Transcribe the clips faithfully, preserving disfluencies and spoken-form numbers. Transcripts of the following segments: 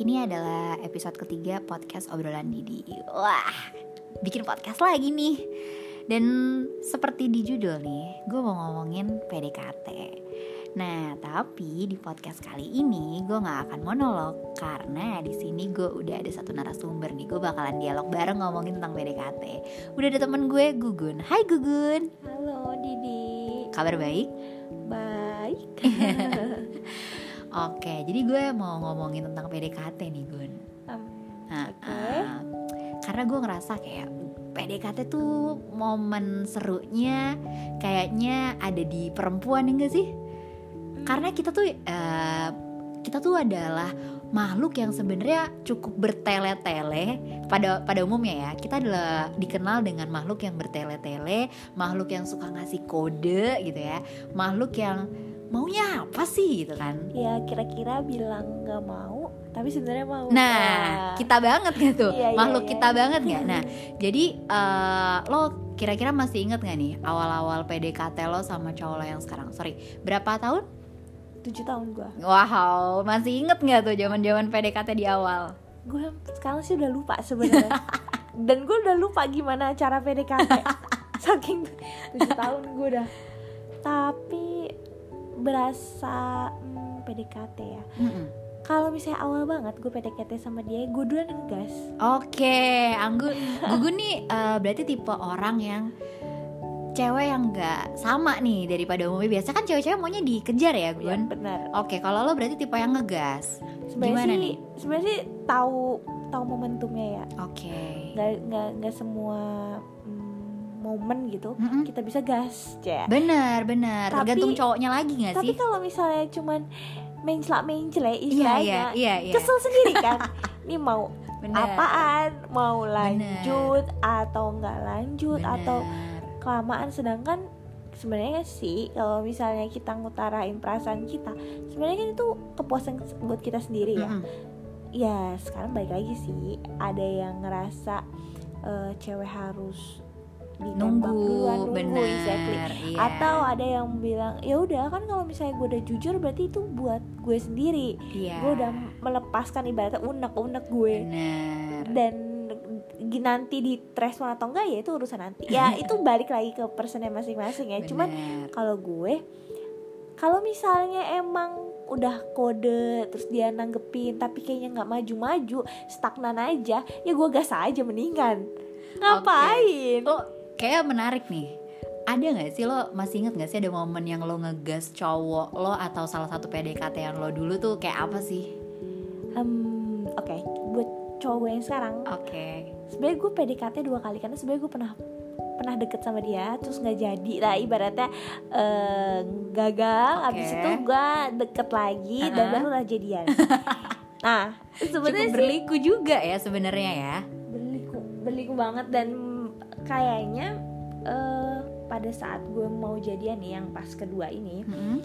Ini adalah episode ketiga podcast Obrolan Didi. Wah, bikin podcast lagi nih. Dan seperti di judul nih, gue mau ngomongin P D K T. Nah, tapi di podcast kali ini gue nggak akan monolog karena di sini gue udah ada satu narasumber nih. Gue bakalan dialog bareng ngomongin tentang P D K T. Udah ada temen gue, Gugun. Hai Gugun. Halo Didi. Kabar baik? Baik. Oke, jadi gue mau ngomongin tentang P D K T nih Gun. Um, Nah, Oke. uh, karena gue ngerasa kayak P D K T tuh momen serunya kayaknya ada di perempuan, ya enggak sih? Karena kita tuh uh, kita tuh adalah makhluk yang sebenarnya cukup bertele-tele pada pada umumnya ya. Kita adalah dikenal dengan makhluk yang bertele-tele, makhluk yang suka ngasih kode gitu ya, makhluk yang maunya apa sih gitu kan. Ya kira-kira bilang gak mau, tapi sebenarnya mau. Nah, kita banget gak tuh? Iya, iya, makhluk iya. kita banget gak? Nah, jadi uh, lo kira-kira masih inget gak nih awal-awal P D K T lo sama cowok lo yang sekarang? Sorry, berapa tahun? tujuh tahun gue. Wow, masih inget gak tuh zaman-zaman P D K T di awal? Gue sekarang sih udah lupa sebenarnya. Dan gue udah lupa gimana cara P D K T. Saking tujuh tahun gue udah. Tapi berasa hmm, P D K T ya. Mm-mm. Kalau misalnya awal banget gue P D K T sama dia, gue duluan ngegas. Oke, Anggun, Gugun nih uh, berarti tipe orang yang cewek yang nggak sama nih daripada umumnya. Biasa kan cewek-cewek maunya dikejar ya, Ya, Gun. benar. Oke, kalau lo berarti tipe yang ngegas. Sebenarnya Gimana sih, nih? sebenarnya sih tahu tahu momentumnya ya. Oke. Nggak nggak nggak semua mm, momen gitu Mm-mm. kita bisa gas, ya. Benar, benar. Tapi- Tergantung cowoknya lagi nggak Tapi sih? kalau misalnya cuman mencela mencela Iya, istilahnya, iya, iya, iya. kesel sendiri kan. Ini mau Benar. apaan? Mau Bener. lanjut atau nggak lanjut Benar. atau kelamaan? Sedangkan sebenarnya sih kalau misalnya kita ngutarain perasaan kita, sebenarnya kan itu kepuasan buat kita sendiri ya. Mm-mm. Ya sekarang balik lagi sih, ada yang ngerasa eh, cewek harus ditembak Nunggu, duluan, nunggu benar. exactly. Iya. Atau ada yang bilang ya udah kan kalau misalnya gue udah jujur berarti itu buat gue sendiri, Iya. gue udah melepaskan ibaratnya unek-unek gue. Benar. Dan nanti di respon atau enggak ya itu urusan nanti. Ya itu balik lagi ke personnya masing-masing ya. Cuman Benar. kalau gue, kalau misalnya emang udah kode terus dia nanggepin tapi kayaknya nggak maju-maju, stagnan aja, ya gue gas aja mendingan. Ngapain? Lo kayak menarik nih. Ada nggak sih, lo masih inget nggak sih ada momen yang lo ngegas cowok lo atau salah satu P D K T yang lo dulu tuh kayak apa sih? Hmm, oke, buat cowok gue yang sekarang, Oke. sebenarnya gue P D K T dua kali karena sebenarnya gue pernah pernah deket sama dia terus nggak jadi lah, ibaratnya eh, gagal. Oke. Abis itu gue deket lagi dan Uh-uh. baru lah jadian. Nah sebenarnya Cukup sih berliku juga ya sebenarnya ya. berliku berliku banget. Dan kayaknya eh, pada saat gue mau jadian nih yang pas kedua ini, Mm-mm.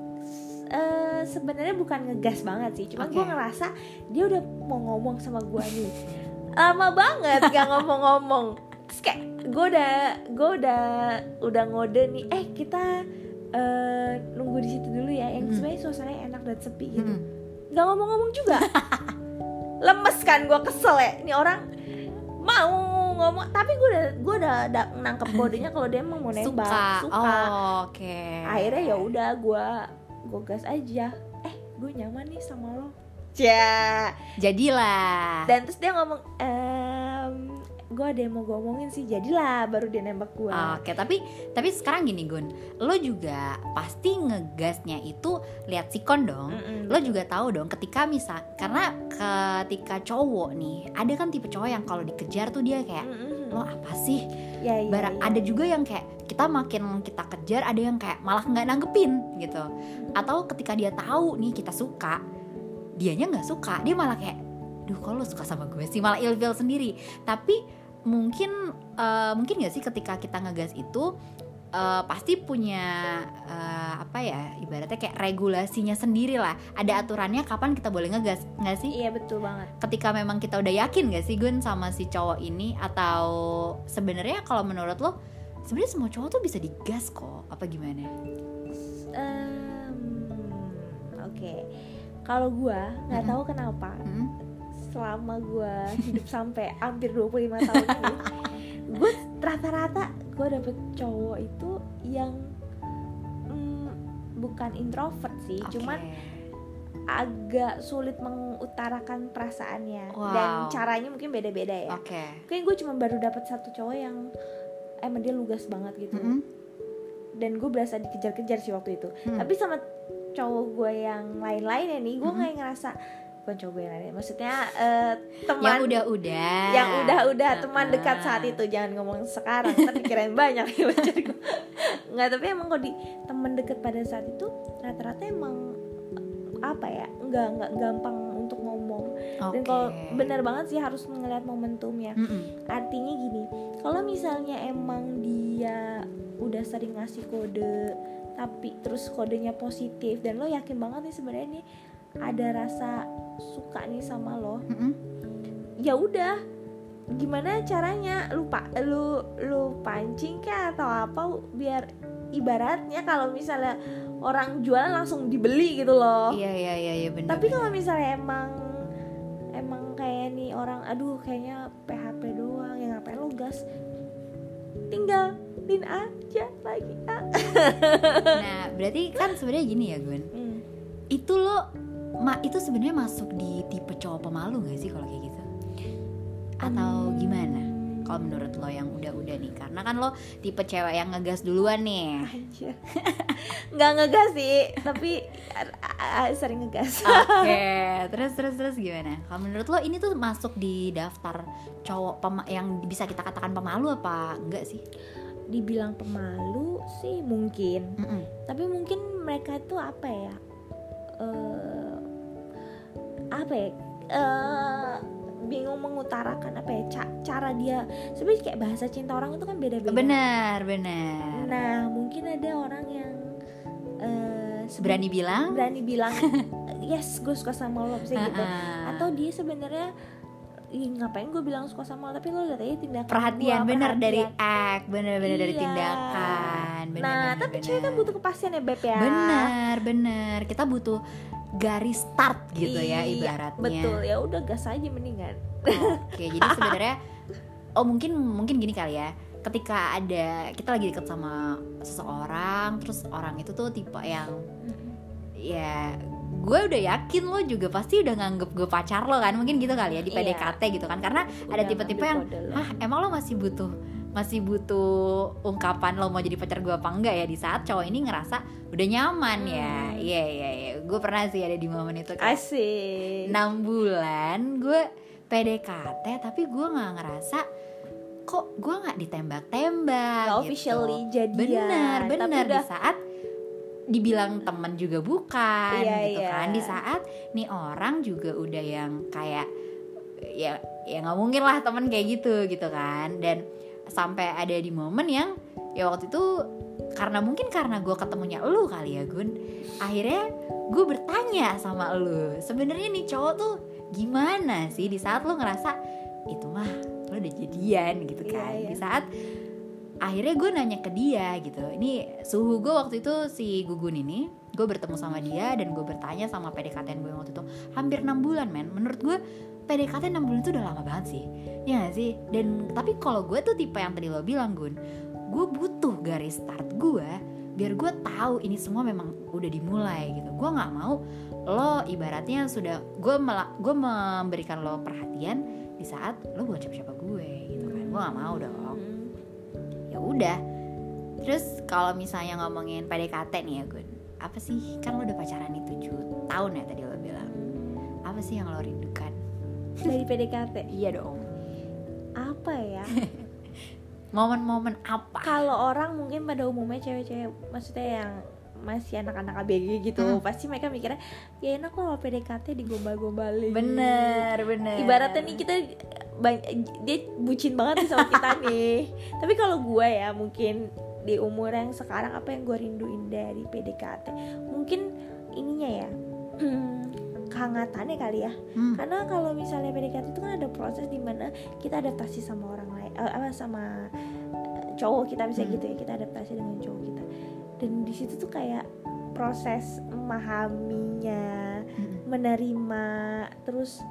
eh, sebenarnya bukan ngegas banget sih, cuman Oke. gue ngerasa dia udah mau ngomong sama gue nih lama banget gak ngomong-ngomong. Terus kayak gue udah gue udah udah ngode nih, eh kita eh, nunggu di situ dulu ya, yang Hmm. sebenarnya suasananya enak dan sepi gitu. Mm. Gak ngomong-ngomong juga. Lemes kan, gue kesel ya, ini orang mau ngomong tapi gue udah gue udah, udah nangkep kodenya kalau dia emang mau nembak, Suka. suka. Oh, oke. Akhirnya ya udah gue gue gas aja, eh gue nyaman nih sama lo, cia. Jadilah. Dan terus dia ngomong, ehm gue ada yang mau gue omongin sih, jadilah baru dia nembak gue. Oke, tapi tapi sekarang gini Gun, lo juga pasti ngegasnya itu lihat sikon dong. Mm-mm. Lo juga tahu dong ketika misal, karena ketika cowok nih, ada kan tipe cowok yang kalau dikejar tuh dia kayak Mm-mm. lo apa sih? Ya, ya, Barang ya. ada juga yang kayak kita makin kita kejar, ada yang kayak malah nggak nanggepin gitu. Atau ketika dia tahu nih kita suka, dianya nggak suka, dia malah kayak, duh kok lo suka sama gue sih, malah ilfeel sendiri. Tapi mungkin uh, mungkin nggak sih ketika kita ngegas itu uh, pasti punya uh, apa ya, ibaratnya kayak regulasinya sendiri lah. Ada aturannya kapan kita boleh ngegas, nggak sih? Iya betul banget. Ketika memang kita udah yakin nggak sih Gun sama si cowok ini, atau sebenarnya kalau menurut lo sebenarnya semua cowok tuh bisa digas kok, apa gimana? Um, Oke, kalau gue nggak Mm-mm. tahu kenapa Hmm? selama gue hidup sampai hampir dua puluh lima tahun ini, gue rata-rata gue dapet cowok itu yang mm, bukan introvert sih, okay. cuman agak sulit mengutarakan perasaannya. Wow. Dan caranya mungkin beda-beda ya. Okay. Kayak gue cuma baru dapet satu cowok yang emang dia lugas banget gitu. Mm-hmm. Dan gue berasa dikejar-kejar sih waktu itu. Mm. Tapi sama cowok gue yang lain-lainnya nih, gue Mm-hmm. kayak ngerasa, bukan cowok gue yang lain, maksudnya uh, teman yang udah-udah, yang udah-udah uh-uh. teman dekat saat itu, jangan ngomong sekarang, ntar dikirain banyak nih pacarku. Nggak, tapi emang kalau di teman dekat pada saat itu rata-rata emang apa ya, nggak nggak gampang untuk ngomong. Okay. Dan kalau benar banget sih harus melihat momentumnya. Mm-mm. Artinya gini, kalau misalnya emang dia udah sering ngasih kode, tapi terus kodenya positif dan lo yakin banget nih sebenarnya nih ada rasa suka nih sama lo, Mm-mm. ya udah, gimana caranya lu pak lu lu pancing kayak atau apa biar ibaratnya kalau misalnya orang jualan langsung dibeli gitu loh. Iya iya iya iya benar. Tapi kalau misalnya emang emang kayak nih orang, aduh kayaknya P H P doang, ya ngapain lo gas, tinggalin aja lagi. Nah berarti kan sebenarnya gini ya Gun, hmm. itu lo ma itu sebenarnya masuk di tipe cowok pemalu nggak sih kalau kayak gitu? Atau gimana? Kalau menurut lo yang udah-udah nih, karena kan lo tipe cewek yang ngegas duluan nih. Anjir. Nggak ngegas sih, tapi uh, uh, sering ngegas. Oke, okay. terus terus terus gimana? Kalau menurut lo ini tuh masuk di daftar cowok pema- yang bisa kita katakan pemalu apa enggak sih? Dibilang pemalu sih mungkin, Mm-mm. tapi mungkin mereka itu apa ya? Uh, apa ya? Uh, bingung mengutarakan apa ya ca- cara dia sebenarnya kayak bahasa cinta orang itu kan beda-beda. Benar benar. Nah mungkin ada orang yang uh, berani bilang berani bilang yes gue suka sama lo bisa gitu, uh-uh. atau dia sebenarnya ih, ngapain gue bilang suka sama lo, tapi lo lihat aja tindakan perhatian gua, bener perhatian. dari act bener-bener Iya. dari tindakan bener, nah bener, tapi bener. cewek kan butuh kepastian ya Beb ya. Bener bener, kita butuh garis start gitu ya Iya, ibaratnya. betul, ya udah gas aja mendingan. Oke, jadi sebenarnya oh mungkin mungkin gini kali ya. Ketika ada kita lagi deket sama seseorang, terus orang itu tuh tipe yang ya gue udah yakin lo juga pasti udah nganggep gue pacar lo kan, mungkin gitu kali ya di P D K T gitu kan, karena ada Udah tipe-tipe yang hah emang lo masih butuh masih butuh ungkapan lo mau jadi pacar gue apa enggak ya, di saat cowok ini ngerasa udah nyaman hmm. ya. Iya iya iya, gue pernah sih ada di momen itu kayak asik enam bulan gue P D K T tapi gue nggak ngerasa kok gue nggak ditembak-tembak nggak gitu. officially jadian, bener bener tapi di udah... saat dibilang teman juga bukan iya, gitu iya. kan, di saat nih orang juga udah yang kayak ya ya nggak mungkin lah teman kayak gitu gitu kan. Dan sampai ada di momen yang ya waktu itu karena mungkin karena gue ketemunya elu kali ya Gun, akhirnya gue bertanya sama elu sebenarnya nih cowok tuh gimana sih, di saat lo ngerasa itu mah lo udah jadian gitu kan. iya, iya. Di saat akhirnya gue nanya ke dia gitu, ini suhu gue waktu itu si Gugun ini, gue bertemu sama dia dan gue bertanya sama P D K T-an gue waktu itu hampir enam bulan men. Menurut gue P D K T enam bulan itu udah lama banget sih, ya gak sih? Dan tapi kalau gue tuh tipe yang tadi lo bilang Gun, gue butuh garis start gue biar gue tahu ini semua memang udah dimulai gitu. Gue nggak mau lo ibaratnya sudah gue mel- gue memberikan lo perhatian di saat lo bukan siapa-siapa gue gitu kan. Gue nggak mau dong. Ya udah. Terus kalau misalnya ngomongin P D K T nih ya Gun, apa sih, kan lo udah pacaran nih tujuh tahun ya tadi lo bilang, apa sih yang lo rindukan dari P D K T? Iya dong. Apa ya? Momen-momen apa? Kalau orang mungkin pada umumnya cewek-cewek, maksudnya yang masih anak-anak A B G gitu, hmm. pasti mereka mikirnya ya enak kalau P D K T digombal-gombalin. Bener bener. Ibaratnya nih kita bany- dia bucin banget nih sama kita nih. Tapi kalau gue ya mungkin di umur yang sekarang, apa yang gue rinduin dari P D K T mungkin ininya ya, kehangatannya kali ya. hmm. Karena kalau misalnya P D K T itu kan ada proses dimana kita adaptasi sama orang lain, uh, apa sama uh, cowok kita bisa hmm. gitu ya, kita adaptasi dengan cowok kita. Dan di situ tuh kayak proses memahaminya, hmm. menerima, terus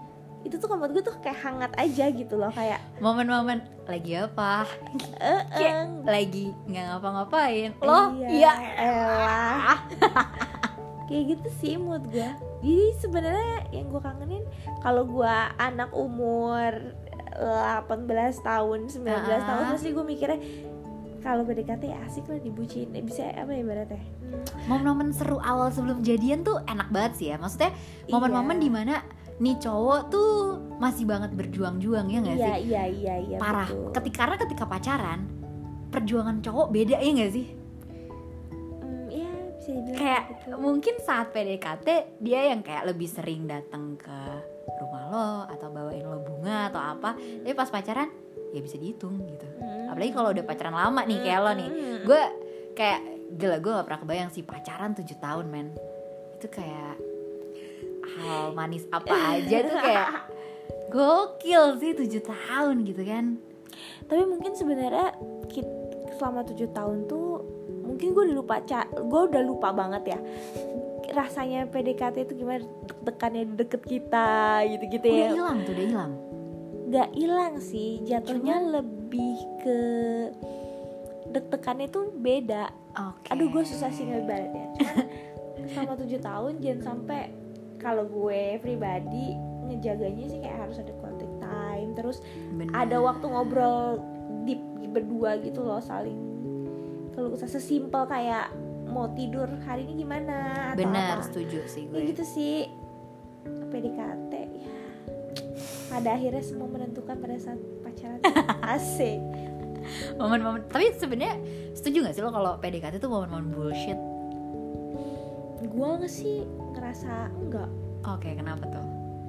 itu tuh menurut gue tuh kayak hangat aja gitu loh, kayak momen-momen lagi apa, eh kayak lagi nggak ngapa-ngapain loh, iya, ya elah. Kayak gitu sih mood gue. Jadi sebenarnya yang gue kangenin kalau gue anak umur delapan belas tahun, sembilan belas tahun, Ah. pasti gue mikirnya kalau P D K T ya asik lah dibucin, eh, bisa apa ya ibaratnya. Hmm, momen-momen seru awal sebelum jadian tuh enak banget sih ya, maksudnya momen-momen Iya. dimana nih cowok tuh masih banget berjuang-juang, ya nggak iya, sih? iya iya iya Parah. betul. Ketika karena ketika pacaran perjuangan cowok beda, ya nggak sih? Hmm, iya bisa dibilang Kayak gitu. mungkin saat P D K T dia yang kayak lebih sering datang ke rumah lo atau bawain lo bunga atau apa, tapi pas pacaran ya bisa dihitung gitu. Hmm. Apalagi kalau udah pacaran lama nih kayak lo nih, Hmm. gue kayak gila, gue gak pernah kebayang sih pacaran tujuh tahun men. Itu kayak hal manis apa aja tuh kayak gokil sih tujuh tahun gitu kan. Tapi mungkin sebenarnya kit- selama tujuh tahun tuh mungkin gue udah lupa ca- gue udah lupa banget ya rasanya P D K T itu gimana, deg-degannya deket kita gitu-gitu Udah ya. hilang tuh, udah hilang. Gak hilang sih, jatuhnya lebih ke deg-degannya tuh beda. Oke. Aduh gue susah sih ngebaratnya. Cuman selama tujuh tahun jangan sampai, kalau gue pribadi ngejaganya sih kayak harus ada quality time, terus Bener. ada waktu ngobrol deep berdua gitu loh, saling kalau usah sesimpel kayak mau tidur hari ini gimana atau Bener, apa. setuju sih Ya gue. gitu sih. P D K T ya. Pada akhirnya semua menentukan pada saat pacaran. Asik. Momen-momen. Tapi sebenarnya setuju nggak sih lo kalau P D K T itu momen-momen bullshit? Gue nggak sih ngerasa enggak. Oke, kenapa tuh?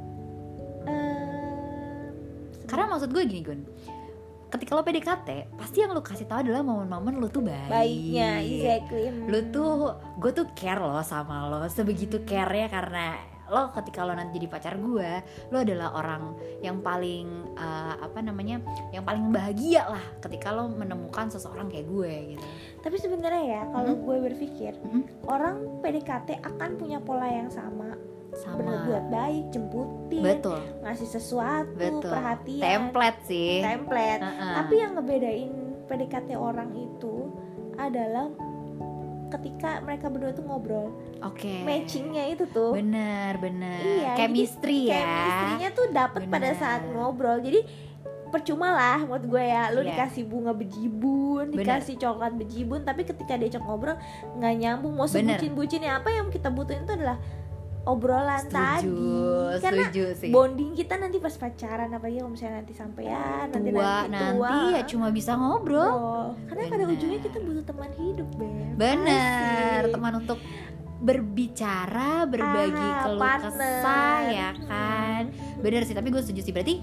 Eh, Karena maksud gue gini Gun, ketika lo P D K T pasti yang lo kasih tahu adalah momen-momen lo tuh baik. baiknya exactly. Lo tuh, gue tuh care lo sama lo, sebegitu care-nya, karena lo ketika lo nanti jadi pacar gue, lo adalah orang yang paling uh, apa namanya, yang paling bahagia lah ketika lo menemukan seseorang kayak gue gitu. Tapi sebenarnya ya kalau Hmm. gue berpikir Hmm. orang P D K T akan punya pola yang sama, Sama. berbuat baik, jemputin, Betul, ngasih sesuatu, betul. perhatian, Template sih. template. Uh-uh. Tapi yang ngebedain P D K T orang itu adalah ketika mereka berdua tuh ngobrol, Oke. matchingnya itu tuh. Bener, bener. Iya, Chemistry jadi ya. chemistry-nya tuh dapet pada Bener. saat ngobrol. Jadi percuma lah menurut gue ya, lu Iya. dikasih bunga bejibun, Bener. dikasih coklat bejibun, tapi ketika diajak ngobrol nggak nyambung. Mau Bener. sebucin-bucinnya apa, yang kita butuhin itu adalah obrolan Setuju, tadi. Karena setuju sih. bonding kita nanti pas pacaran, apalagi kalau misalnya nanti sampean, nanti tua nanti, nanti tua, ya cuma bisa ngobrol. ngobrol. Karena pada Bener. ujungnya kita butuh teman hidup, Beb. Bener, Asik. teman untuk berbicara, berbagi Ah, keluh partner. kesah ya kan. Bener sih, tapi gue setuju sih. Berarti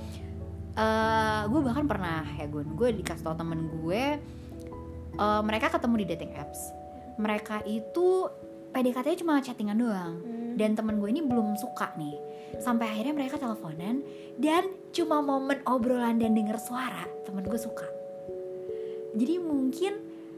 eh gue bahkan pernah ya Gun, gue dikasih tau temen gue, eh, mereka ketemu di dating apps. Mereka itu P D K T-nya cuma chattingan doang. Hmm. Dan temen gue ini belum suka nih. Sampai akhirnya mereka teleponan, dan cuma momen obrolan dan denger suara temen gue suka. Jadi mungkin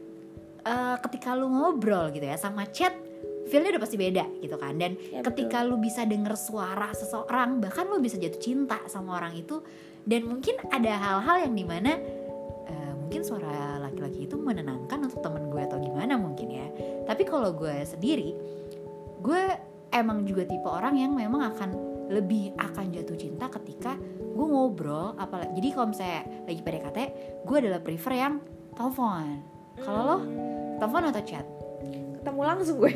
uh, ketika lu ngobrol gitu ya sama chat, feel-nya udah pasti beda gitu kan. Dan Ya, ketika lu bisa denger suara seseorang, bahkan lu bisa jatuh cinta sama orang itu. Dan mungkin ada hal-hal yang dimana uh, mungkin suara laki-laki itu menenangkan untuk temen gue atau gimana mungkin ya. Tapi kalau gue sendiri, gue emang juga tipe orang yang memang akan lebih akan jatuh cinta ketika gue ngobrol. Apalagi jadi kalau misalnya lagi P D K T, gue adalah prefer yang telepon. Kalau lo telepon atau chat? Ketemu langsung gue.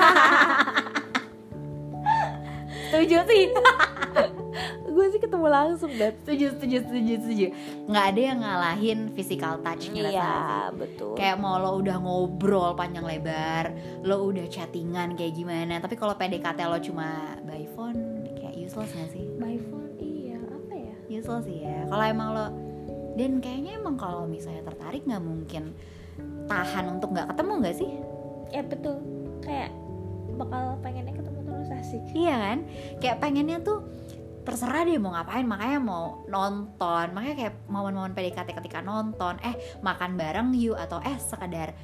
Setuju sih. Gue sih ketemu langsung, Beb. Setuju, setuju, setuju, setuju. Nggak ada yang ngalahin physical touch-nya rasanya sih. Iya, betul. Kayak mau lo udah ngobrol panjang lebar, lo udah chattingan kayak gimana, tapi kalau P D K T lo cuma by phone, kayak useless gak sih? by phone, iya, apa ya? Useless sih ya. Kalau emang lo, dan kayaknya emang kalau misalnya tertarik nggak mungkin tahan untuk nggak ketemu nggak sih? Ya betul. Kayak bakal pengennya ketemu terus, asik. Iya kan? Kayak pengennya tuh terserah deh mau ngapain, makanya mau nonton, makanya kayak momen-momen P D K T ketika nonton, eh makan bareng yuk, atau eh sekedar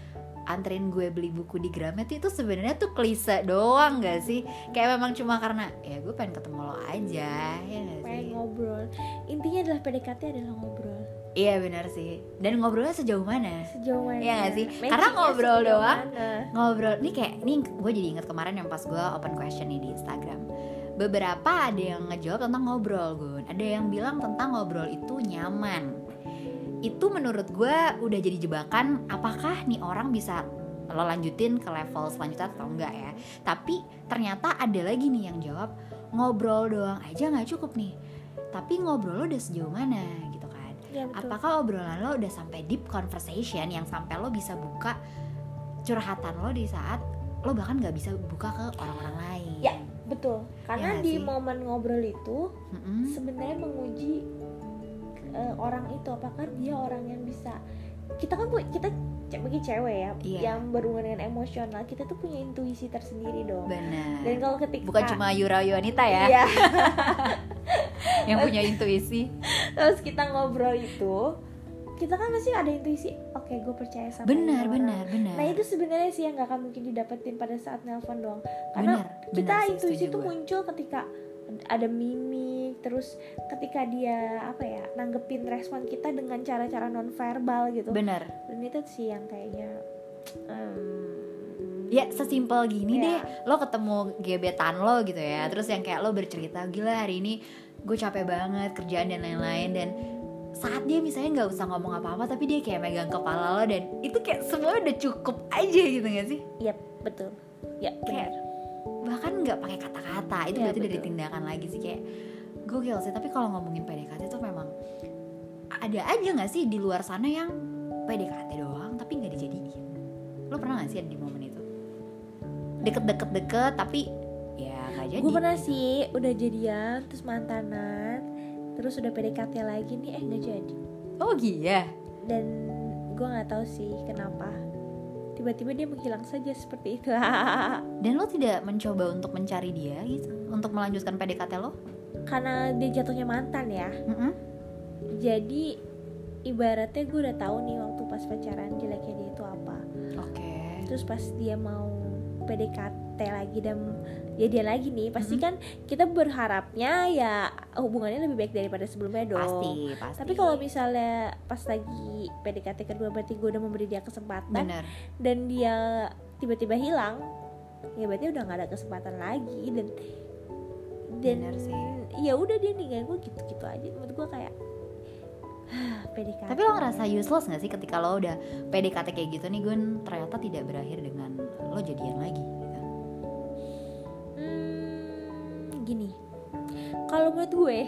anterin gue beli buku di Gramet itu sebenarnya tuh klise doang gak sih? Kayak memang cuma karena ya gue pengen ketemu lo aja, ya gak pengen sih? ngobrol. Intinya adalah P D K T adalah ngobrol. Iya benar sih. Dan ngobrolnya sejauh mana? Sejauh mana? Iya gak sih? Matchingnya Karena ngobrol sejauh doang, mana? ngobrol nih kayak nih gue jadi inget kemarin yang pas gue open question nih di Instagram. Beberapa ada yang ngejawab tentang ngobrol, Gun. Ada yang bilang tentang ngobrol itu nyaman. Itu menurut gue udah jadi jebakan. Apakah nih orang bisa lo lanjutin ke level selanjutnya atau enggak ya? Tapi ternyata ada lagi nih yang jawab ngobrol doang aja nggak cukup nih. Tapi ngobrol lo udah sejauh mana gitu kan? Ya, betul. Apakah obrolan lo udah sampai deep conversation yang sampai lo bisa buka curhatan lo di saat lo bahkan nggak bisa buka ke orang-orang lain? Ya, betul. Karena Ya, di sih? momen ngobrol itu Mm-mm. sebenarnya menguji uh, orang itu apakah dia orang yang bisa. Kita kan pu- kita bagi cewek ya, Iya. yang berhubungan dengan emosional, kita tuh punya intuisi tersendiri dong. Benar. Dan kalau ketika Bukan cuma Yura Yuanita ya Iya. yang punya intuisi. Terus kita ngobrol itu, kita kan pasti ada intuisi. Oke, gue percaya sama Benar, ini orang. benar, benar. Nah itu sebenarnya sih yang nggak akan mungkin didapetin pada saat nelpon doang. Karena Benar, kita benar sih, intuisi setuju itu gue. muncul ketika ada mimik, terus ketika dia apa ya nanggepin respon kita dengan cara-cara nonverbal gitu. Benar. Dan itu sih yang kayaknya um, Ya sesimpel gini Ya. deh, lo ketemu gebetan lo gitu ya, terus yang kayak lo bercerita, gila hari ini gue capek banget kerjaan dan lain-lain, dan saat dia misalnya nggak usah ngomong apa-apa tapi dia kayak megang kepala lo, dan itu kayak semuanya udah cukup aja gitu nggak sih? Iya betul. Ya Kayak benar. bahkan nggak pakai kata-kata, itu Iya, berarti dari betul. tindakan lagi sih, kayak gokil sih. Tapi kalau ngomongin P D K T tuh memang ada aja nggak sih di luar sana yang P D K T doang tapi nggak dijadiin? Lo pernah nggak sih ada di momen itu? Deket-deket-deket tapi ya nggak jadi. Gue pernah sih udah jadian terus mantanan, terus udah P D K T lagi nih eh nggak jadi. Oh iya. Dan gue nggak tahu sih kenapa tiba-tiba dia menghilang saja seperti itu. Dan lo tidak mencoba untuk mencari dia gitu, untuk melanjutkan P D K T lo? Karena dia jatuhnya mantan ya, Mm-mm. jadi ibaratnya gue udah tahu nih waktu pas pacaran jeleknya dia itu apa. Oke. Terus pas dia mau P D K T lagi dan jadian lagi nih, pasti Mm-hmm. kan kita berharapnya ya hubungannya lebih baik daripada sebelumnya dong. Pasti, pasti. Tapi kalau misalnya pas lagi P D K T kedua berarti gue udah memberi dia kesempatan bener. dan dia tiba-tiba hilang, ya berarti udah nggak ada kesempatan lagi. Dan dan Bener sih. ya udah dia ninggalin gue gitu-gitu aja. Menurut gue kayak P D K T. Tapi lo ngerasa useless gak sih ketika lo udah P D K T kayak gitu nih, Gun, ternyata tidak berakhir dengan lo jadian lagi gitu? Hmm, gini, kalau menurut gue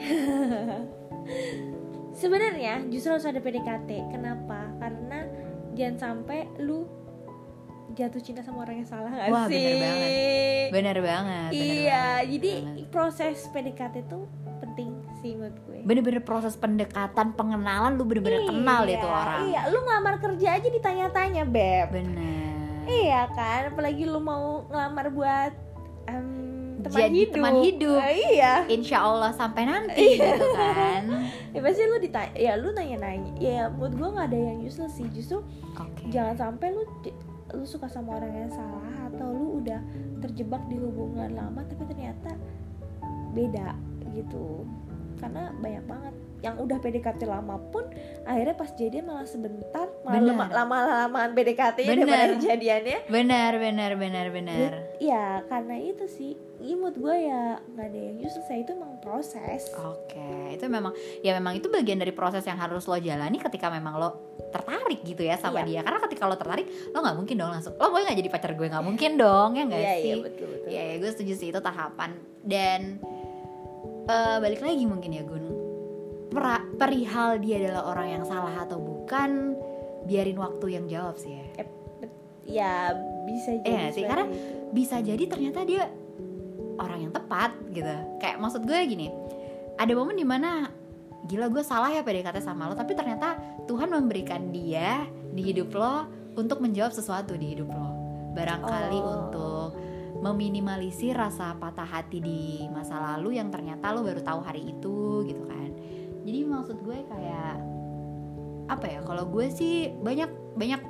sebenarnya justru harus ada P D K T. Kenapa? Karena jangan sampai lu jatuh cinta sama orang yang salah gak Wah, sih? bener banget. Bener banget. bener Iya, banget, jadi bener banget. proses P D K T tuh penting sih menurut gue. Bener-bener proses pendekatan, pengenalan, lu bener-bener kenal Iya, itu orang. Iya, lu ngelamar kerja aja ditanya-tanya, Beb. Bener. Iya kan, apalagi lu mau ngelamar buat em, teman Jadi hidup. teman hidup. Eh, iya. Insya Allah sampai nanti gitu kan. Ya pasti lu ditanya, ya lu nanya-nanya. Ya menurut gue nggak ada yang useless sih. Justru Oke. jangan sampai lu lu suka sama orang yang salah atau lu udah terjebak di hubungan lama tapi ternyata beda gitu. Karena banyak banget yang udah P D K T lama pun akhirnya pas jadian malah sebentar, malah Bener. lama- lama-lamaan P D K T-nya Bener. daripada jadiannya. Benar, benar, benar, benar. Ya karena itu sih, ya, menurut gue ya nggak ada yang useless ya, itu emang proses. Oke, itu memang ya memang itu bagian dari proses yang harus lo jalani ketika memang lo tertarik gitu ya sama Iya. dia. Karena ketika lo tertarik, lo nggak mungkin dong langsung, lo gue nggak jadi pacar gue, nggak mungkin dong ya nggak Iya sih? iya betul betul. Iya, ya, gue setuju sih itu tahapan. Dan eh, balik lagi mungkin ya Gun, Pra- perihal dia adalah orang yang salah atau bukan, biarin waktu yang jawab sih ya. Eh, bet- ya bisa jadi. Iya sih, seperti karena itu. bisa jadi ternyata dia orang yang tepat gitu. Kayak maksud gue gini, ada momen dimana gila gue salah ya P D K T sama lo, tapi ternyata Tuhan memberikan dia di hidup lo untuk menjawab sesuatu di hidup lo. Barangkali Oh. untuk meminimalisir rasa patah hati di masa lalu yang ternyata lo baru tahu hari itu gitu kan. Jadi maksud gue kayak apa ya, kalau gue sih banyak banyak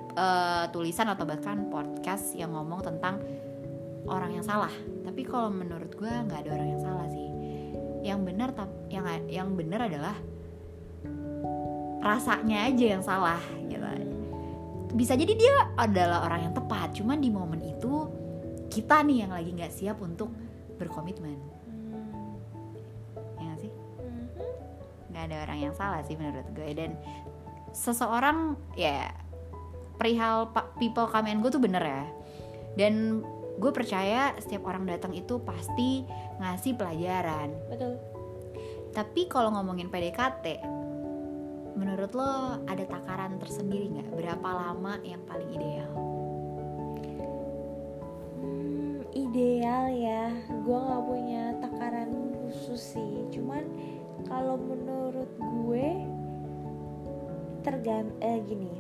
uh, tulisan atau bahkan podcast yang ngomong tentang orang yang salah. Tapi kalau menurut gue nggak ada orang yang salah sih. Yang benar yang yang benar adalah rasanya aja yang salah gitu. Bisa jadi dia adalah orang yang tepat, cuman di momen itu kita nih yang lagi nggak siap untuk berkomitmen. Ya gak sih? Nggak ada orang yang salah sih menurut gue. Dan seseorang ya perihal people come and go tuh bener ya. Dan gue percaya setiap orang datang itu pasti ngasih pelajaran. Betul. Tapi kalau ngomongin P D K T, menurut lo ada takaran tersendiri nggak? Berapa lama yang paling ideal? Hmm, ideal ya, gue nggak punya takaran khusus sih. Cuman kalau menurut gue tergant eh gini,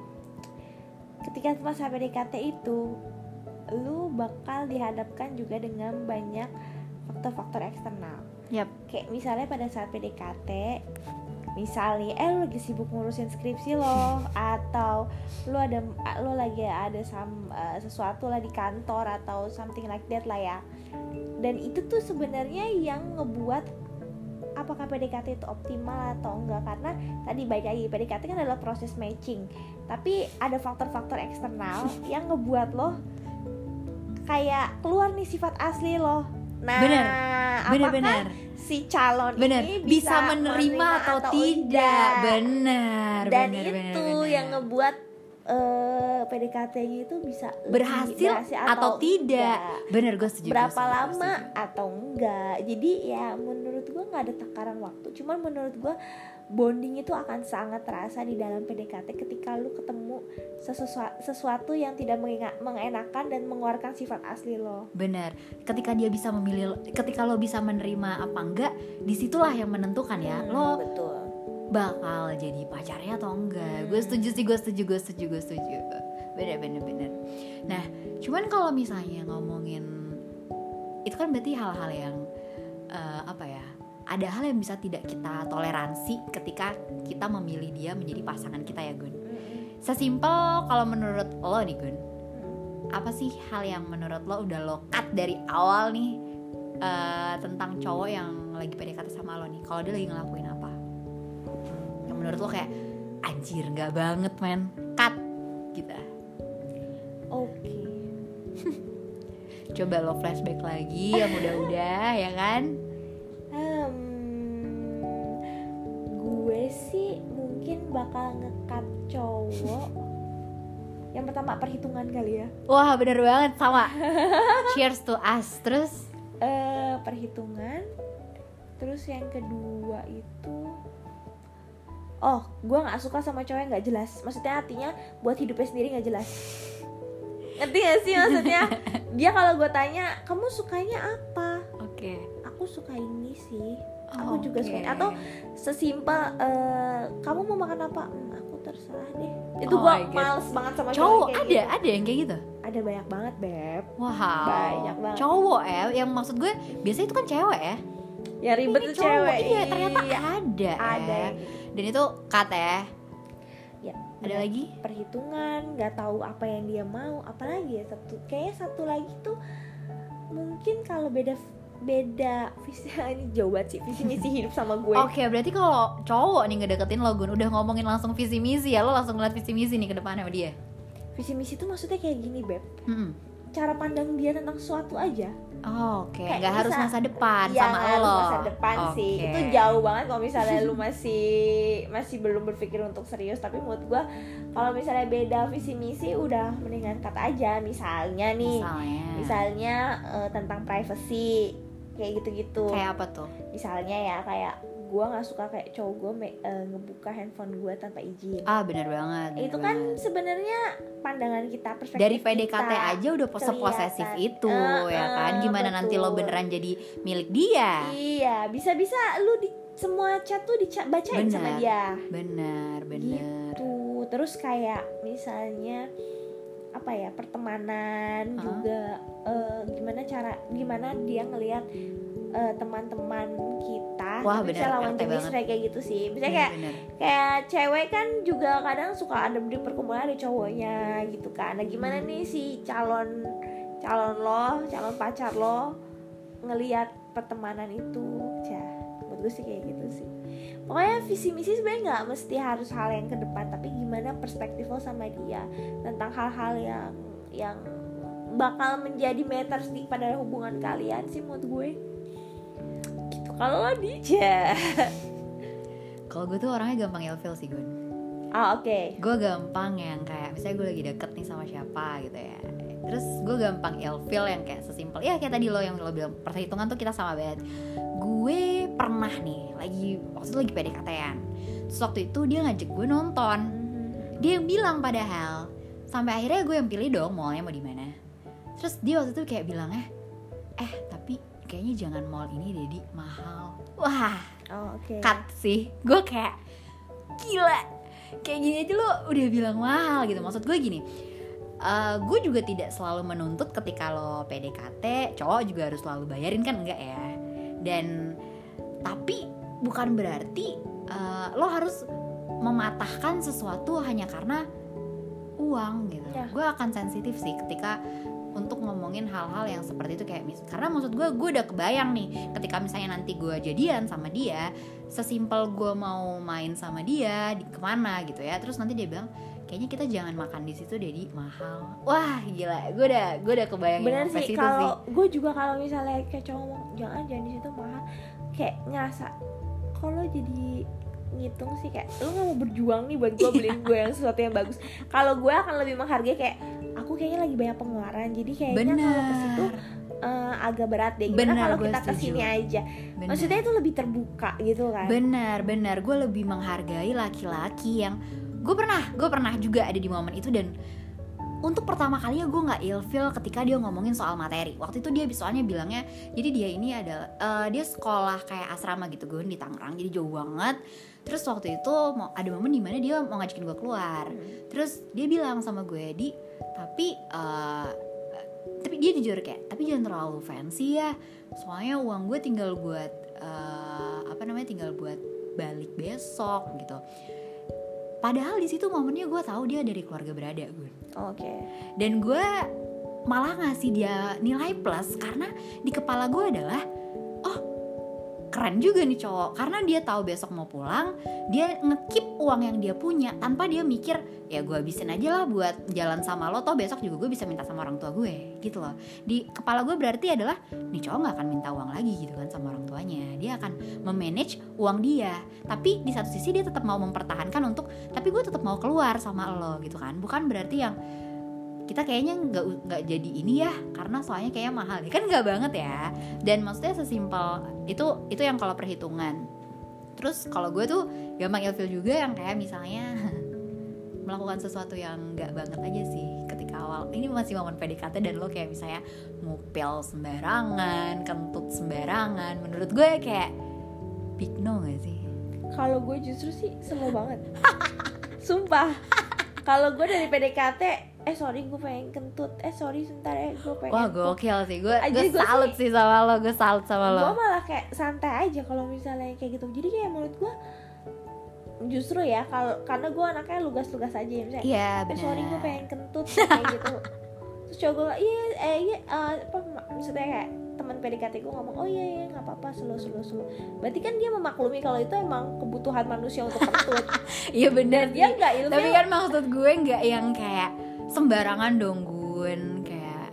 ketika masa P D K T itu, lu bakal dihadapkan juga dengan banyak faktor-faktor eksternal. Yap. Kayak misalnya pada saat P D K T, misalnya eh lu lagi sibuk ngurusin skripsi lo, atau lu ada lu lagi ada sam, uh, sesuatu lah di kantor atau something like that lah ya. Dan itu tuh sebenarnya yang ngebuat apakah P D K T itu optimal atau enggak, karena tadi baik lagi P D K T kan adalah proses matching, tapi ada faktor-faktor eksternal yang ngebuat lo kayak keluar nih sifat asli lo. Nah, bener, bener, apakah bener. si calon bener. ini bisa, bisa menerima, menerima atau, atau tidak? tidak? Benar. Dan bener, itu bener, bener. yang ngebuat uh, P D K T-nya itu bisa berhasil, berhasil atau, atau tidak. enggak. Bener, gue setuju. Berapa gue setuju, lama gue setuju. atau enggak. Jadi ya menurut gue gak ada takaran waktu. Cuman menurut gue bonding itu akan sangat terasa di dalam P D K T ketika lu ketemu sesuatu, sesuatu yang tidak mengenakan dan mengeluarkan sifat asli lo. Bener. Ketika dia bisa memilih, ketika lo bisa menerima apa enggak, disitulah yang menentukan ya. Hmm, lo betul. bakal jadi pacarnya atau enggak. hmm. Gue setuju sih, gue setuju, gue setuju, gue setuju. Bener, bener, bener. Nah, cuman kalau misalnya ngomongin itu kan berarti hal-hal yang uh, apa ya, ada hal yang bisa tidak kita toleransi ketika kita memilih dia menjadi pasangan kita ya Gun. hmm. Sesimpel kalau menurut lo nih Gun, hmm. apa sih hal yang menurut lo udah lo cut dari awal nih uh, tentang cowok yang lagi P D K T sama lo nih? Kalau dia lagi ngelakuin apa yang menurut lo kayak anjir nggak banget men, cut gitu. Oke. Okay. Coba lo flashback lagi yang udah-udah ya kan. Hmm, gue sih mungkin bakal nge-cut cowok. Yang pertama perhitungan kali ya. Wah bener banget, sama. Cheers to us. Terus uh, perhitungan. Terus yang kedua itu, oh, gue nggak suka sama cowok yang nggak jelas. Maksudnya artinya buat hidupnya sendiri nggak jelas. Ngerti gak sih maksudnya? Dia kalau gue tanya, kamu sukanya apa? Oke. Okay. Aku suka ini sih. Oh, aku juga okay. suka ini. Atau sesimpel, uh, kamu mau makan apa? Hmm, aku terserah deh. Itu oh gue males banget sama cowok. Cowok kayak ada, gitu. ada yang kayak gitu. Ada banyak banget beb. Wow. Banyak banget. Cowok ya, yang maksud gue biasanya itu kan cewek ya. Ya ribet ini tuh cowok, cewek. Iya ternyata iya. ada. Ada. Ya. Dan itu cut ya. Ya, ada lagi perhitungan, nggak tahu apa yang dia mau, apalagi ya satu, kayaknya satu lagi tuh mungkin kalau beda beda visi ini jauh banget sih visi misi hidup sama gue. Oke, okay, berarti kalau cowok nih ngedeketin lo Gun, udah ngomongin langsung visi misi ya, lo langsung ngeliat visi misi nih ke depan sama dia. Visi misi tuh maksudnya kayak gini beb, hmm. cara pandang dia tentang sesuatu aja. Oh, oke, okay. Nggak harus masa depan ya, sama harus lo. Masa depan okay. sih, itu jauh banget kalau misalnya lu masih masih belum berpikir untuk serius. Tapi menurut gue kalau misalnya beda visi misi udah mendingan kata aja. Misalnya nih, misalnya, misalnya uh, tentang privacy kayak gitu-gitu. Kayak apa tuh? Misalnya ya kayak gue nggak suka kayak cowok gue me- uh, ngebuka handphone gue tanpa izin. Ah benar banget. Bener itu banget. Kan sebenarnya pandangan kita, perspektif dari P D K T kita aja udah posesif itu uh, uh, ya kan. Gimana betul. Nanti lo beneran jadi milik dia? Iya, bisa-bisa lu di semua chat tuh dibacain sama dia. Benar, benar. Gitu. Terus kayak misalnya apa ya, pertemanan uh-huh. juga uh, gimana cara gimana dia ngelihat uh, teman-teman kita Wah, tapi bener, bisa lawan R T jenis banget. kayak gitu sih. Misalnya Bener, kayak bener. kayak cewek kan juga kadang suka ada di perkumpulan ada cowoknya gitu kan. Nah gimana Hmm. nih si calon calon lo, calon pacar lo ngelihat pertemanan itu, cah, menurut gue sih kayak gitu sih. Pokoknya visi misi sebenarnya nggak mesti harus hal yang ke depan, tapi gimana perspektif lo sama dia tentang hal-hal yang yang bakal menjadi matters di pada hubungan kalian sih menurut gue. Gitu. Kalau lo Dija. Kalau gue tuh orangnya gampang ilfil sih Gun. Ah oke. Okay. Gue gampang yang kayak misalnya gue lagi deket nih sama siapa gitu ya, terus gue gampang ilfil yang kayak sesimpel ya kayak tadi lo yang lo bilang perhitungan tuh kita sama banget. Gue pernah nih lagi waktu itu lagi P D K T-an, terus waktu itu dia ngajak gue nonton, dia yang bilang padahal sampai akhirnya gue yang pilih dong mallnya mau di mana. Terus dia waktu itu kayak bilangnya eh tapi kayaknya jangan mall ini Dedi, mahal. Wah Oh oke. Okay. cut sih. Gue kayak gila, kayak gini aja lo udah bilang mahal gitu. Maksud gue gini, uh, gue juga tidak selalu menuntut ketika lo P D K T cowok juga harus selalu bayarin kan, enggak ya. Dan tapi bukan berarti uh, lo harus mematahkan sesuatu hanya karena uang gitu. Ya. Gue akan sensitif sih ketika untuk ngomongin hal-hal yang seperti itu kayak mis- karena maksud gue gue udah kebayang nih ketika misalnya nanti gue jadian sama dia, sesimpel gue mau main sama dia di kemana gitu ya, terus nanti dia bilang kayaknya kita jangan makan di situ Dedi, mahal. Wah gila, gue udah gue udah kebayang. Bener sih, kalau gue juga kalau misalnya kayak cowok ngomong jangan jangan di situ mahal, kayak ngerasa kalau jadi ngitung sih kayak lu nggak mau berjuang nih buat gue beliin gue yang sesuatu yang bagus. Kalau gue akan lebih menghargai kayak aku kayaknya lagi banyak pengeluaran, jadi kayaknya kalau ke situ uh, agak berat deh. Gimana kalau kita kesini aja? Bener. Maksudnya itu lebih terbuka gitu kan? Benar, benar. Gue lebih menghargai laki-laki yang gue pernah, gue pernah juga ada di momen itu dan untuk pertama kalinya gue nggak ilfil ketika dia ngomongin soal materi. Waktu itu dia soalnya bilangnya, jadi dia ini adalah uh, dia sekolah kayak asrama gitu gue di Tangerang, jadi jauh banget. Terus waktu itu mau ada momen dimana dia mau ngajakin gue keluar. Hmm. Terus dia bilang sama gue, Di, tapi uh, tapi dia jujur kayak, tapi jangan terlalu fancy ya. Soalnya uang gue tinggal buat uh, apa namanya tinggal buat balik besok gitu. Padahal di situ momennya gue tahu dia dari keluarga berada gue. Oke. Okay. Dan gue malah ngasih dia nilai plus karena di kepala gue adalah oh keren juga nih cowok, karena dia tahu besok mau pulang, dia nge-keep uang yang dia punya tanpa dia mikir ya gue habisin aja lah buat jalan sama lo, toh besok juga gue bisa minta sama orang tua gue gitu loh. Di kepala gue berarti adalah nih cowok gak akan minta uang lagi gitu kan sama orang tuanya, dia akan memanage uang dia, tapi di satu sisi dia tetap mau mempertahankan untuk tapi gue tetap mau keluar sama lo gitu kan. Bukan berarti yang kita kayaknya nggak nggak jadi ini ya karena soalnya kayaknya mahal kan, nggak banget ya. Dan maksudnya sesimpel itu itu yang kalau perhitungan. Terus kalau gue tuh gampang ilfil juga yang kayak misalnya melakukan sesuatu yang nggak banget aja sih ketika awal ini masih momen P D K T dan lo kayak misalnya ngupil sembarangan, kentut sembarangan. Menurut gue kayak big no nggak sih? Kalau gue justru sih slow banget. Sumpah. Kalau gue dari P D K T eh sorry gue pengen kentut, eh sorry sebentar eh gue pengen. Wah gokil sih, gue gue salut sih sama lo, gue salut sama lo. Gue malah kayak santai aja kalau misalnya kayak gitu. Jadi kayak menurut gue justru ya kalau karena gue anaknya lugas-lugas aja ya misalnya. Iya eh, benar. sorry gue pengen kentut kayak gitu. Terus cowok gue iya eh iya uh, apa maksudnya kayak teman P D K T gue ngomong oh iya iya nggak apa-apa slow slow slow. Berarti kan dia memaklumi kalau itu emang kebutuhan manusia untuk kentut. Iya benar. Dia nggak ilmu. Tapi kan maksud gue nggak yang kayak sembarangan dong Gun, kayak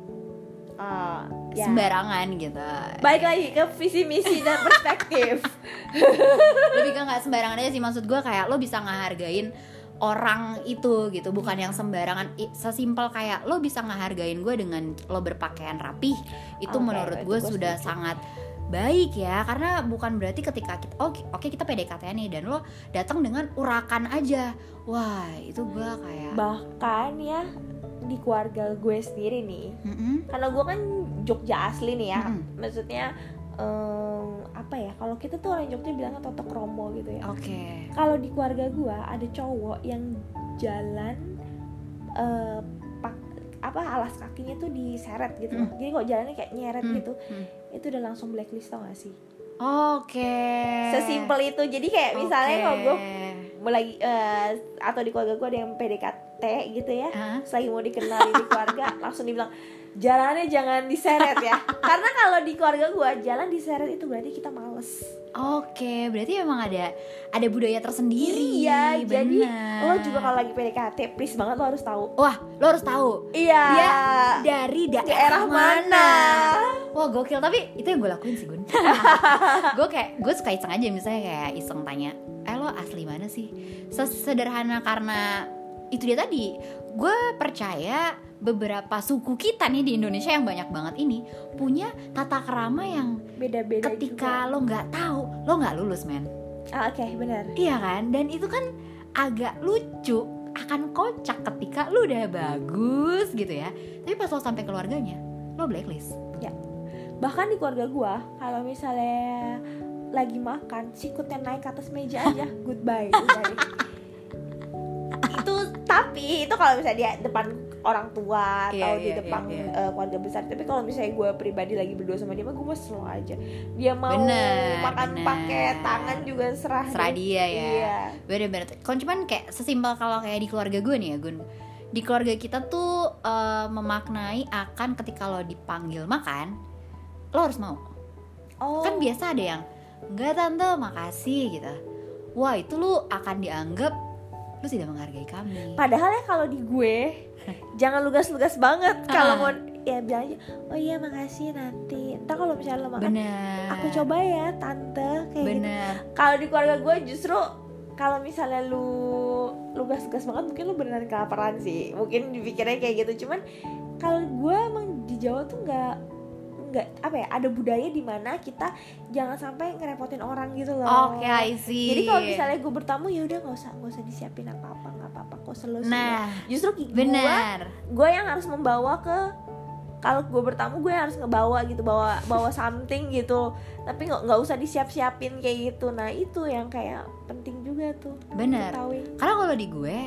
uh, ya. sembarangan gitu. Baik lagi ke visi misi dan perspektif. Lebih ke nggak sembarangan aja sih, maksud gue kayak lo bisa ngehargain orang itu gitu, bukan yang sembarangan. Sesimpel kayak lo bisa ngehargain gue dengan lo berpakaian rapih, itu okay, menurut gue sudah setuju. Sangat baik ya, karena bukan berarti ketika kita oke okay, okay, kita P D K T nih dan lo datang dengan urakan aja, wah itu gue kayak bahkan ya di keluarga gue sendiri nih, mm-hmm. karena gue kan Jogja asli nih ya, mm-hmm. maksudnya um, apa ya kalau kita tuh orang Jogja bilangnya totok romo gitu ya. Oke. Okay. Kalau di keluarga gue ada cowok yang jalan uh, pak apa alas kakinya tuh diseret gitu, mm. jadi kok jalannya kayak nyeret mm. gitu. Mm. Itu udah langsung blacklist tau gak sih? Oke. Sesimpel itu. Jadi kayak misalnya Oke. kalau gue lagi uh, atau di keluarga gue ada yang P D K T gitu ya, Hah? terus lagi mau dikenalin di keluarga, langsung dibilang jalannya jangan diseret ya. Karena kalau di keluarga gue jalan diseret itu berarti kita males. Oke, berarti emang ada ada budaya tersendiri. Iya, bener. jadi lo juga kalau lagi P D K T, please banget lo harus tahu. Wah, lo harus tahu. Iya. Dia dari daerah, Daerah mana? Wah, gokil. Tapi itu yang gue lakuin sih, Gun. Gue kayak gue suka iseng aja, misalnya kayak iseng tanya, eh lo asli mana sih? Sesederhana karena itu dia tadi. Gue percaya beberapa suku kita nih di Indonesia yang banyak banget ini punya tata krama yang Beda-beda ketika juga. lo nggak tahu, lo nggak lulus, men. Ah, oke, okay, benar. Iya kan? Dan itu kan agak lucu, akan kocak ketika lu udah bagus gitu ya, tapi pas lo sampai keluarganya, lo blacklist. Ya. Bahkan di keluarga gua, kalau misalnya lagi makan, sikutnya naik ke atas meja aja, goodbye. Itu tapi itu kalau misalnya dia depan orang tua atau Iya, di iya, depan iya, iya. uh, keluarga besar. Tapi kalau misalnya gue pribadi lagi berdua sama dia mah gue mah slow aja. Dia mau Bener, makan bener. pakai tangan juga serah Serah deh. dia ya. Iya. Bener-bener. Kalau cuman kayak sesimpel kalau kayak di keluarga gue nih ya, Gun. Di keluarga kita tuh eh, memaknai akan ketika lo dipanggil makan, lo harus mau. Oh. Kan biasa ada yang enggak tante, makasih gitu. Wah, itu lu akan dianggap lu tidak menghargai kami. Padahal ya kalau di gue jangan lugas-lugas banget. Kalau mau ya bilang aja, oh iya makasih nanti. Ntar kalau misalnya lo makan, Bener. aku coba ya tante kayak gitu. Bener. Kalau di keluarga gue justru kalau misalnya lu lugas-lugas banget mungkin lu beneran kelaparan sih. Mungkin dipikirnya kayak gitu. Cuman kalau gue emang di Jawa tuh nggak nggak apa ya, ada budaya di mana kita jangan sampai ngerepotin orang gitu loh. Oke, I see. Jadi kalau misalnya gue bertamu ya udah nggak usah nggak usah disiapin apa apa nggak apa apa kok selalu. Nah, Justru gue bener. gue yang harus membawa ke, kalau gue bertamu gue yang harus ngebawa gitu, bawa bawa something gitu, tapi nggak nggak usah disiap-siapin kayak gitu. Nah itu yang kayak penting juga tuh. Bener. Ketahui. Karena kalau di gue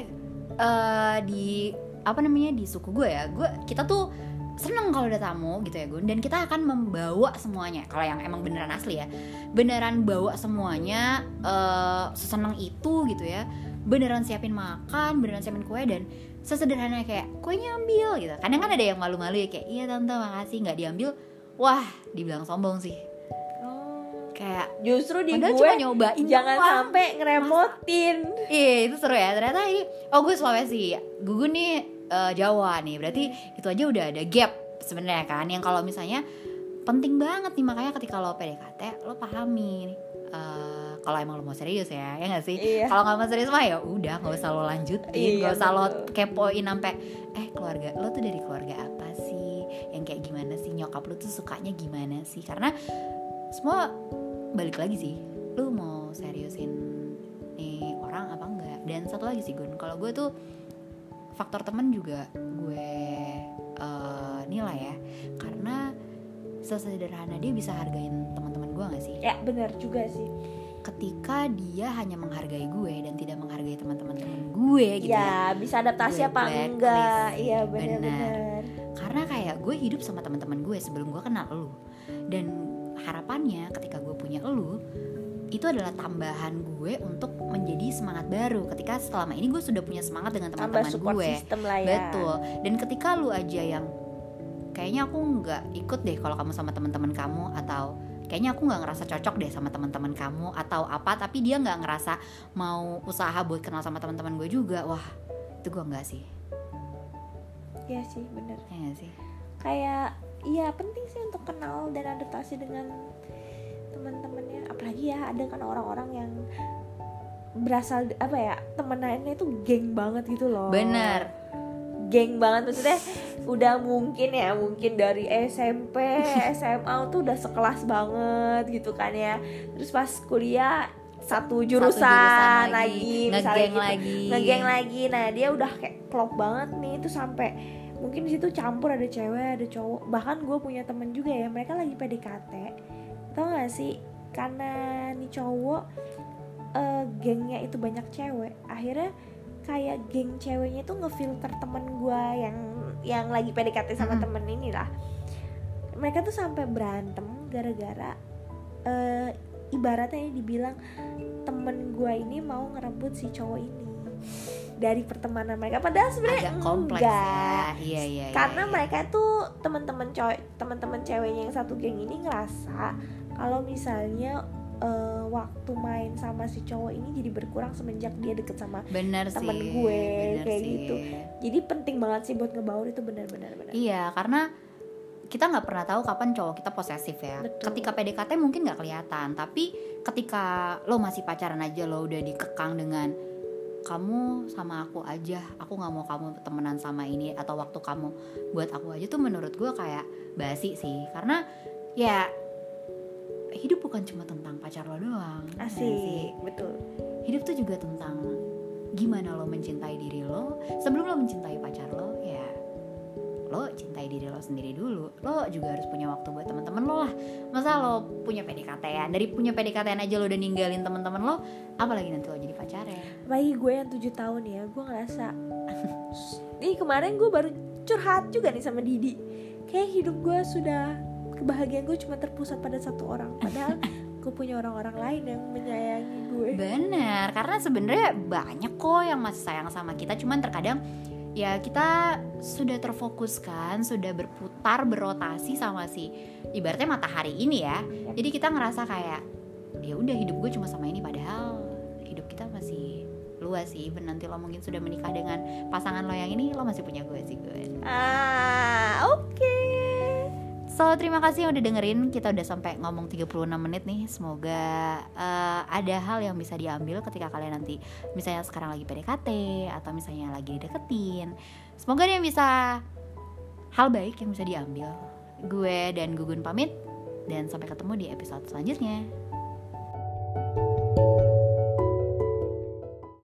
eh di apa namanya di suku gue ya, gue kita tuh seneng kalau ada tamu gitu ya, Gun. Dan kita akan membawa semuanya. Kalau yang emang beneran asli ya, beneran bawa semuanya, uh, seseneng itu gitu ya. Beneran siapin makan, beneran siapin kue, dan sesederhana kayak kuenya ambil gitu. Kadang kan ada yang malu-malu ya, kayak iya tante makasih, nggak diambil. Wah, dibilang sombong sih. Oh. Kayak Justru di padahal gue cuma nyobain jangan doang. sampai ngerepotin. Iya, itu seru ya. Ternyata ini, oh gue Sulawesi, Gugun nih uh, Jawa nih. Berarti itu aja udah ada gap sebenarnya kan. Yang kalau misalnya penting banget nih, makanya ketika lo P D K T lo pahami nih. Uh, kalau emang lo mau serius ya, ya nggak sih? Iya. Kalau nggak mau serius mah ya udah, nggak usah lo lanjutin, Iya, nggak usah lo betul. kepoin sampai eh keluarga lo tuh dari keluarga apa sih, yang kayak gimana sih, nyokap lo tuh sukanya gimana sih? Karena semua balik lagi sih, lo mau seriusin nih orang apa enggak. Dan satu lagi sih Gun, kalau gue tuh faktor temen juga gue uh, nilai ya, karena sesederhana dia bisa hargain teman-teman gue nggak sih? Ya benar juga sih. Ketika dia hanya menghargai gue dan tidak menghargai teman-teman teman gue gitu ya, Ya bisa adaptasi gue apa blacklist enggak? sih, Iya benar. benar-benar. Karena kayak gue hidup sama teman-teman gue sebelum gue kenal lu, dan harapannya ketika gue punya lu itu adalah tambahan gue untuk menjadi semangat baru ketika selama ini gue sudah punya semangat dengan Tambah teman-teman support gue. system lah ya. Betul. Dan ketika lu aja yang kayaknya aku nggak ikut deh kalau kamu sama teman-teman kamu, atau kayaknya aku nggak ngerasa cocok deh sama teman-teman kamu atau apa, tapi dia nggak ngerasa mau usaha buat kenal sama teman-teman gue juga, wah itu gue nggak sih. Iya sih benar. Ya nggak sih. Kayak iya penting sih untuk kenal dan adaptasi dengan teman-temannya. Apalagi ya ada kan orang-orang yang berasal apa ya, temenannya itu geng banget gitu loh. Bener. Geng banget maksudnya udah mungkin ya mungkin dari S M P, S M A tuh udah sekelas banget gitu kan ya. Terus pas kuliah satu jurusan, Satu jurusan lagi, lagi, misalnya ngegeng gitu. lagi. Ngegeng lagi. Nah, dia udah kayak klop banget nih itu sampai mungkin di situ campur ada cewek, ada cowok. Bahkan gue punya temen juga ya, mereka lagi P D K T. Tau gak sih? Karena nih cowok uh, gengnya itu banyak cewek, akhirnya kayak geng ceweknya itu ngefilter temen gue yang yang lagi P D K T sama Hmm. temen ini lah. Mereka tuh sampai berantem gara-gara uh, ibaratnya dibilang temen gue ini mau ngerebut si cowok ini dari pertemanan mereka, padahal sebenarnya agak kompleks enggak. ya. Iya, iya, Karena iya, iya. mereka tuh teman-teman cowok, teman-teman ceweknya yang satu geng ini ngerasa kalau misalnya uh, waktu main sama si cowok ini jadi berkurang semenjak dia deket sama bener temen sih, gue bener kayak sih. gitu. Jadi penting banget sih buat ngebaur itu, benar-benar benar. Iya, karena kita nggak pernah tahu kapan cowok kita posesif ya. Betul. Ketika P D K T mungkin nggak kelihatan, tapi ketika lo masih pacaran aja lo udah dikekang dengan kamu sama aku aja, aku nggak mau kamu temenan sama ini, atau waktu kamu buat aku aja, tuh menurut gue kayak basi sih. Karena ya hidup bukan cuma tentang pacar lo doang. ya sih? Asik, betul. Hidup tuh juga tentang gimana lo mencintai diri lo. Sebelum lo mencintai pacar lo, ya lo cintai diri lo sendiri dulu. Lo juga harus punya waktu buat teman-teman lo lah. Masa lo punya P D K T-an, dari punya P D K T-an aja lo udah ninggalin teman-teman lo, apalagi nanti lo jadi pacarnya. Bagi gue yang tujuh tahun ya, gue ngerasa ini kemarin gue baru curhat juga nih sama Didi. Kayak hidup gue sudah, kebahagiaan gue cuma terpusat pada satu orang, padahal gue punya orang-orang lain yang menyayangi gue. Bener, karena sebenarnya banyak kok yang masih sayang sama kita, cuman terkadang ya kita sudah terfokuskan, sudah berputar, berotasi sama si ibaratnya matahari ini ya. Jadi kita ngerasa kayak ya udah hidup gue cuma sama ini, padahal hidup kita masih luas sih. Even nanti lo mungkin sudah menikah dengan pasangan lo yang ini, lo masih punya gue sih gue. Ah, oke. Okay. So, terima kasih yang udah dengerin. Kita udah sampai ngomong tiga puluh enam menit nih. Semoga uh, ada hal yang bisa diambil ketika kalian nanti misalnya sekarang lagi P D K T atau misalnya lagi deketin. Semoga dia bisa hal baik yang bisa diambil. Gue dan Gugun pamit, dan sampai ketemu di episode selanjutnya.